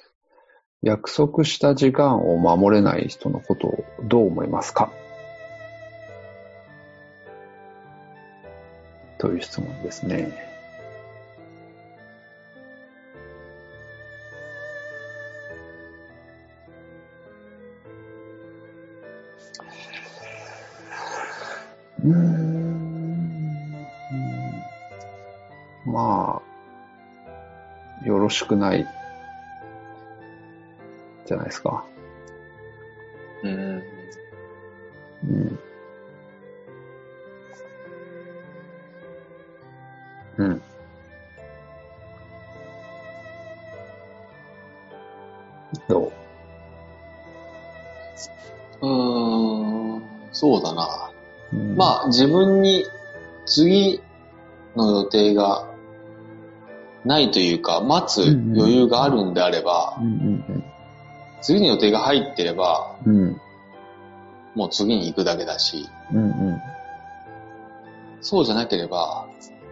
約束した時間を守れない人のことをどう思いますか？という質問ですね。まあ、よろしくないじゃないですか。どう？ そうだな。まあ自分に次の予定がないというか、待つ余裕があるんであれば、次の予定が入ってれば、もう次に行くだけだし、そうじゃなければ、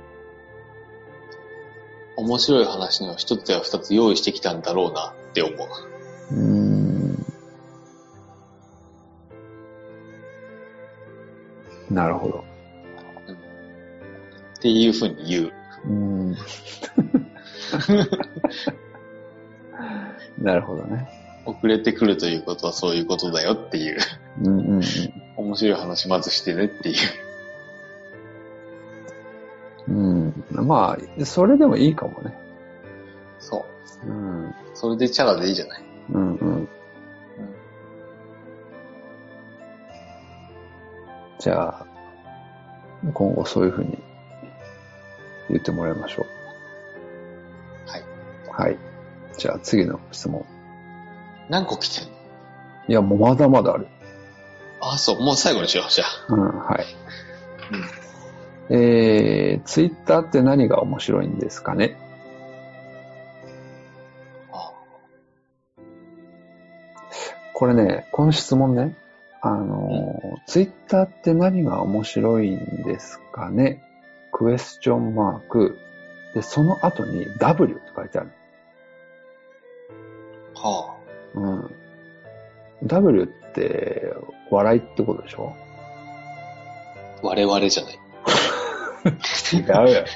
面白い話の一つや二つ用意してきたんだろうなって思う。 なるほど。 っていうふうに言う。 なるほどね。 遅れてくるということはそういうことだよっていう。面白い話まずしてねっていう。 まあ、それでもいいかもね。 そう。それでチャラでいいじゃない。 じゃあ、今後そういうふうに言ってもらいましょう。 はい。 はい。じゃあ次の質問。 何個来てんの？ いや、もうまだまだある。 そう。もう最後にしよう、じゃあ。 はい。ツイッターって何が面白いんですかね？これね、この質問ね、ツイッターって何が面白いんですかね？クエスチョンマーク。で、その後に W って書いてある。W って笑いってことでしょ？ 我々じゃない。 違うよ。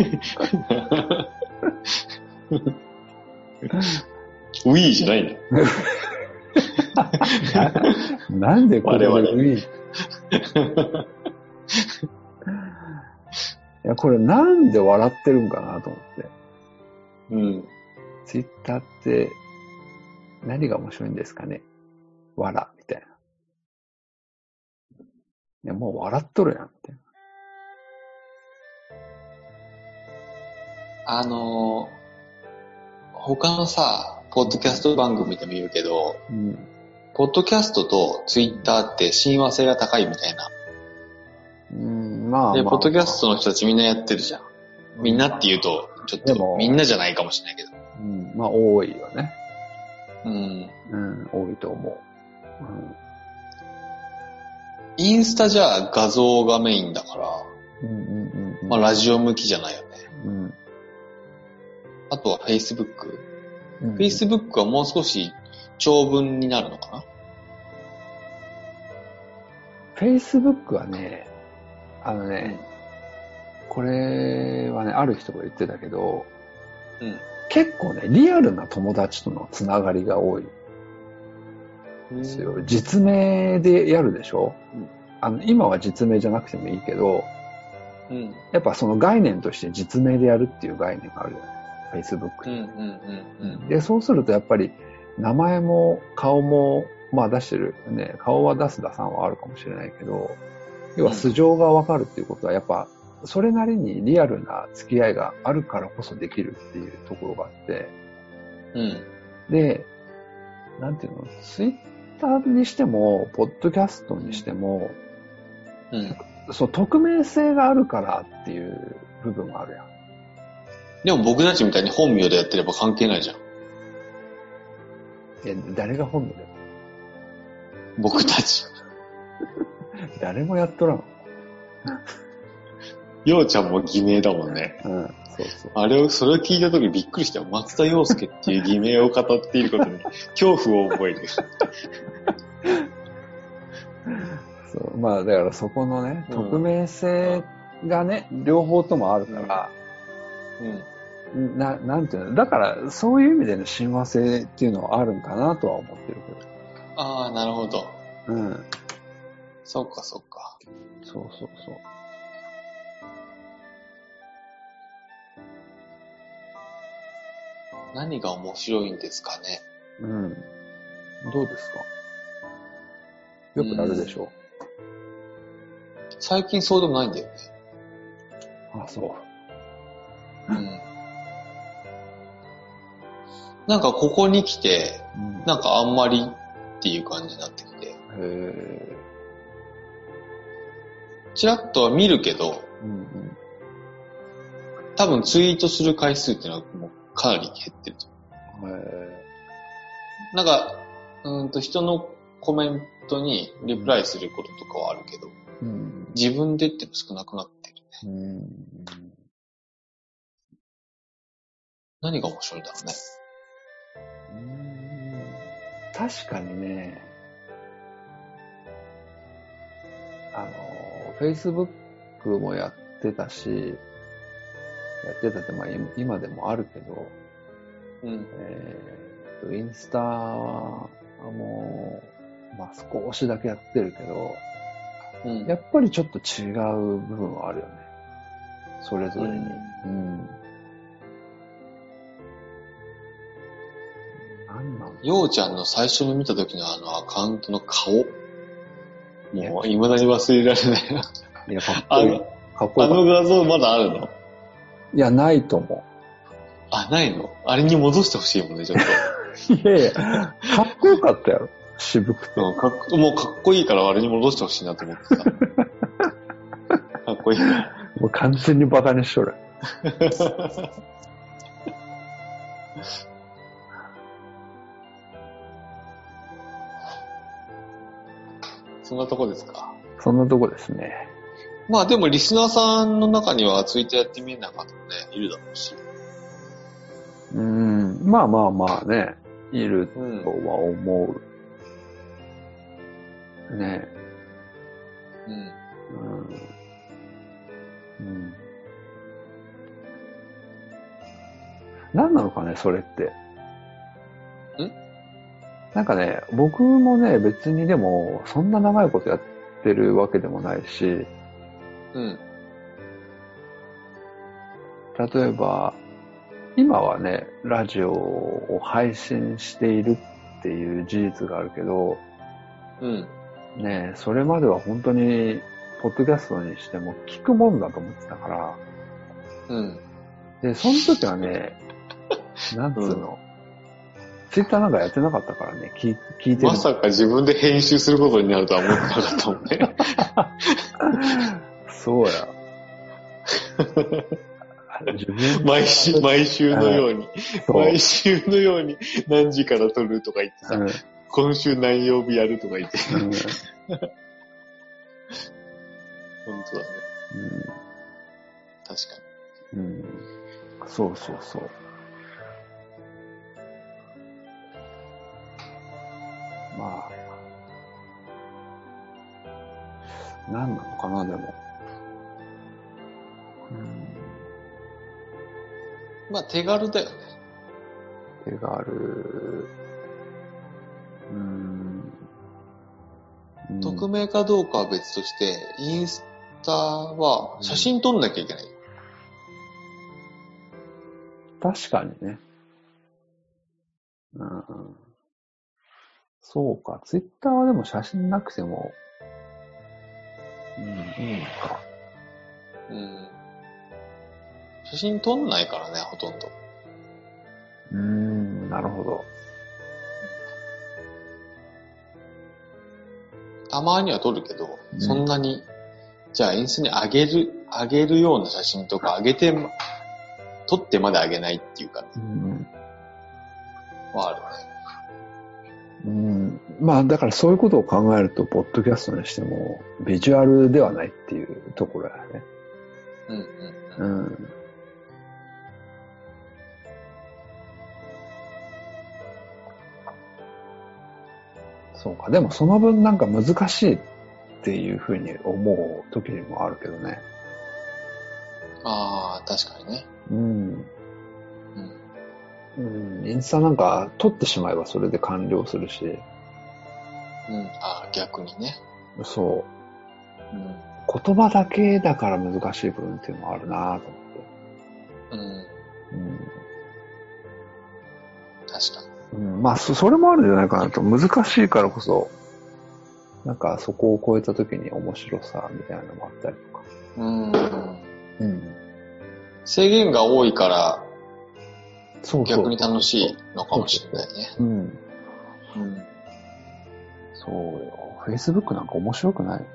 ウィーじゃないのなんでこれでウィーいや、これなんで笑ってるんかなと思って。ツイッターって何が面白いんですかね？笑みたいな。いや、もう笑っとるやんって。 他のさ、ポッドキャスト番組でも言うけど、ポッドキャストとツイッターって親和性が高いみたいな。で、ポッドキャストの人たちみんなやってるじゃん。みんなって言うと、ちょっとみんなじゃないかもしれないけど。 まあ多いよね。多いと思う。 インスタじゃ画像がメインだから、まあラジオ向きじゃないよね。あとは Facebook。Facebook はもう少し長文になるのかな？ Facebook はね、これはね、ある人が言ってたけど、 結構ね、リアルな友達とのつながりが多いですよ。実名でやるでしょ、今は実名じゃなくてもいいけど、やっぱその概念として実名でやるっていう概念があるよね。Facebook で、そうするとやっぱり名前も顔も、まあ出してるね、顔は出す出さんはあるかもしれないけど、要は素性がわかるっていうことはやっぱそれなりにリアルな付き合いがあるからこそできるっていうところがあって、で、なんていうの、ツイッターにしても、ポッドキャストにしても、そう、匿名性があるからっていう部分があるやん。 でも僕たちみたいに本名でやってれば関係ないじゃん。 いや、誰が本名だよ。 僕たち。 誰もやっとらん。 ようちゃんも偽名だもんね。 そう。 それを聞いたときびっくりしたよ。松田洋介っていう偽名を語っていることに恐怖を覚える。 そう。まあだからそこのね、匿名性がね、両方ともあるから、なんていうの、だからそういう意味での親和性っていうのはあるんかなとは思ってるけど。 ああ、なるほど。そうか。 そう。 何が面白いんですかね。 どうですか？よくやるでしょ？ 最近そうでもないんだよね。 あ、そう。 なんかここに来て、なんかあんまりっていう感じになってきて。ちらっとは見るけど、多分ツイートする回数っていうのはもうかなり減ってると思う。なんか、人のコメントにリプライすることとかはあるけど、自分でって少なくなってるね。何が面白いんだろうね。 確かにね、Facebook もやってたし、まあ今でもあるけど、インスタも、まあ少しだけやってるけど、やっぱりちょっと違う部分はあるよね。それぞれに。 ようちゃんの最初に見た時のアカウントの顔。もう未だに忘れられないな。 いや、かっこいい。 あの画像まだあるの？ いや、ないと思う。 あ、ないの？あれに戻してほしいもんね、ちょっと。いやいや、かっこよかったやろ。渋くて。 もうかっこいいからあれに戻してほしいなと思ってた。かっこいいな。 もう完全にバカにしとる。 そんなとこですか？ そんなとこですね。 まあでもリスナーさんの中にはツイッターやってみえなかったもね、いるだろうし。 まあね、いるとは思う。ね。何なのかね、それって。なんかね、僕もね、別にでも、そんな長いことやってるわけでもないし、例えば、今はね、ラジオを配信しているっていう事実があるけど、ね、それまでは本当に、ポッドキャストにしても聞くもんだと思ってたから、で、その時はね、なんつうの、ツイッターなんかやってなかったからね、聞いてる。 まさか自分で編集することになるとは思ってなかったもんね。 そうや。 毎週のように、何時から撮るとか言ってさ、今週何曜日やるとか言って。本当だね。確かに。 そう。まあ、何なのかな、でも。 まあ手軽だよね。 手軽。 匿名かどうかは別として、インスタは写真撮んなきゃいけない。 確かにね。そうか。ツイッターはでも写真なくても、いいのか。 写真撮んないからね、ほとんど。 なるほど。 たまには撮るけど、そんなに、じゃあインスタに上げるような写真とか撮ってまで上げないっていうか、はあるね。まあだからそういうことを考えると、ポッドキャストにしても、ビジュアルではないっていうところだよね。そうか。でもその分なんか難しいっていうふうに思う時にもあるけどね。 ああ、確かにね。 インスタなんか撮ってしまえばそれで完了するし。 逆にね。 そう。言葉だけだから難しい部分っていうのもあるなぁと思って。 確かに。 まあそれもあるんじゃないかなと。難しいからこそ、なんかそこを超えた時に面白さみたいなのもあったりとか。 制限が多いから、逆に楽しいのかもしれないね。 そうよ。Facebook なんか面白くない？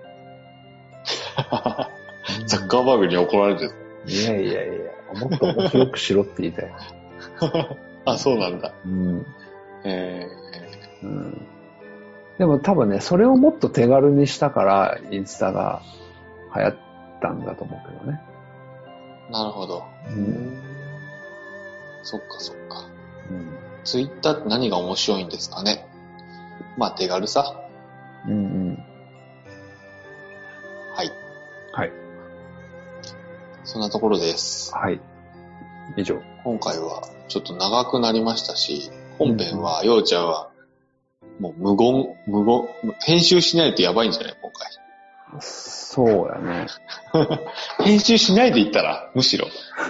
ザッカーバーグに怒られてる。 いや。もっと面白くしろって言いたい。 あ、そうなんだ。 でも多分ね、それをもっと手軽にしたから、インスタが流行ったんだと思うけどね。 なるほど。そっか。ツイッターって何が面白いんですかね。まあ手軽さ。はい。そんなところです。 はい。以上。 今回はちょっと長くなりましたし、本編は、ようちゃんは、もう無言、編集しないとやばいんじゃない今回。 そうやね。 編集しないでいったら、むしろ。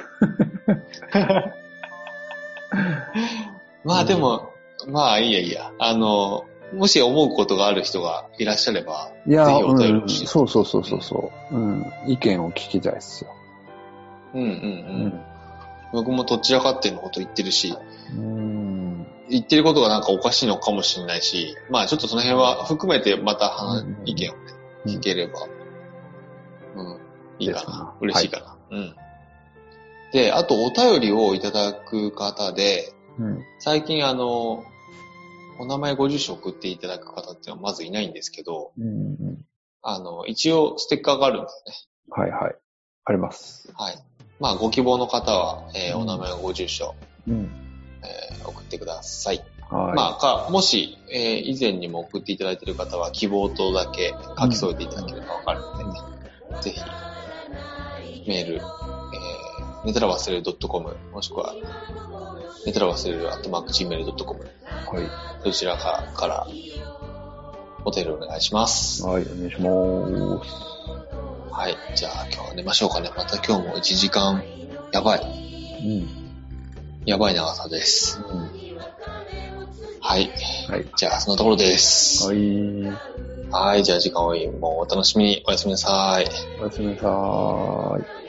まあでも、まあいいや。もし思うことがある人がいらっしゃれば、ぜひお便り欲しい。 そう。意見を聞きたいですよ。 僕もどちらかっていうのこと言ってるし、言ってることがなんかおかしいのかもしれないし、まあちょっとその辺は含めてまた意見をね、聞ければ、いいかな。嬉しいかな。で、あとお便りをいただく方で、最近お名前ご住所送っていただく方っていうのはまずいないんですけど、一応ステッカーがあるんですね。はい。 あります。 はい。まあご希望の方は、お名前ご住所、送ってください。まあもし、以前にも送っていただいている方は希望とだけ書き添えていただければわかるので、ぜひメール、寝たら忘れる .com もしくは寝たら忘れる @gmail.com どちらかからお便りお願いします。 はい、お願いします。 はい、じゃあ今日は寝ましょうかね。また今日も1時間やばい。やばい長さです。はい。じゃあそのところです。はい、じゃあ時間多い。もうお楽しみに。おやすみなさい。 おやすみなさい。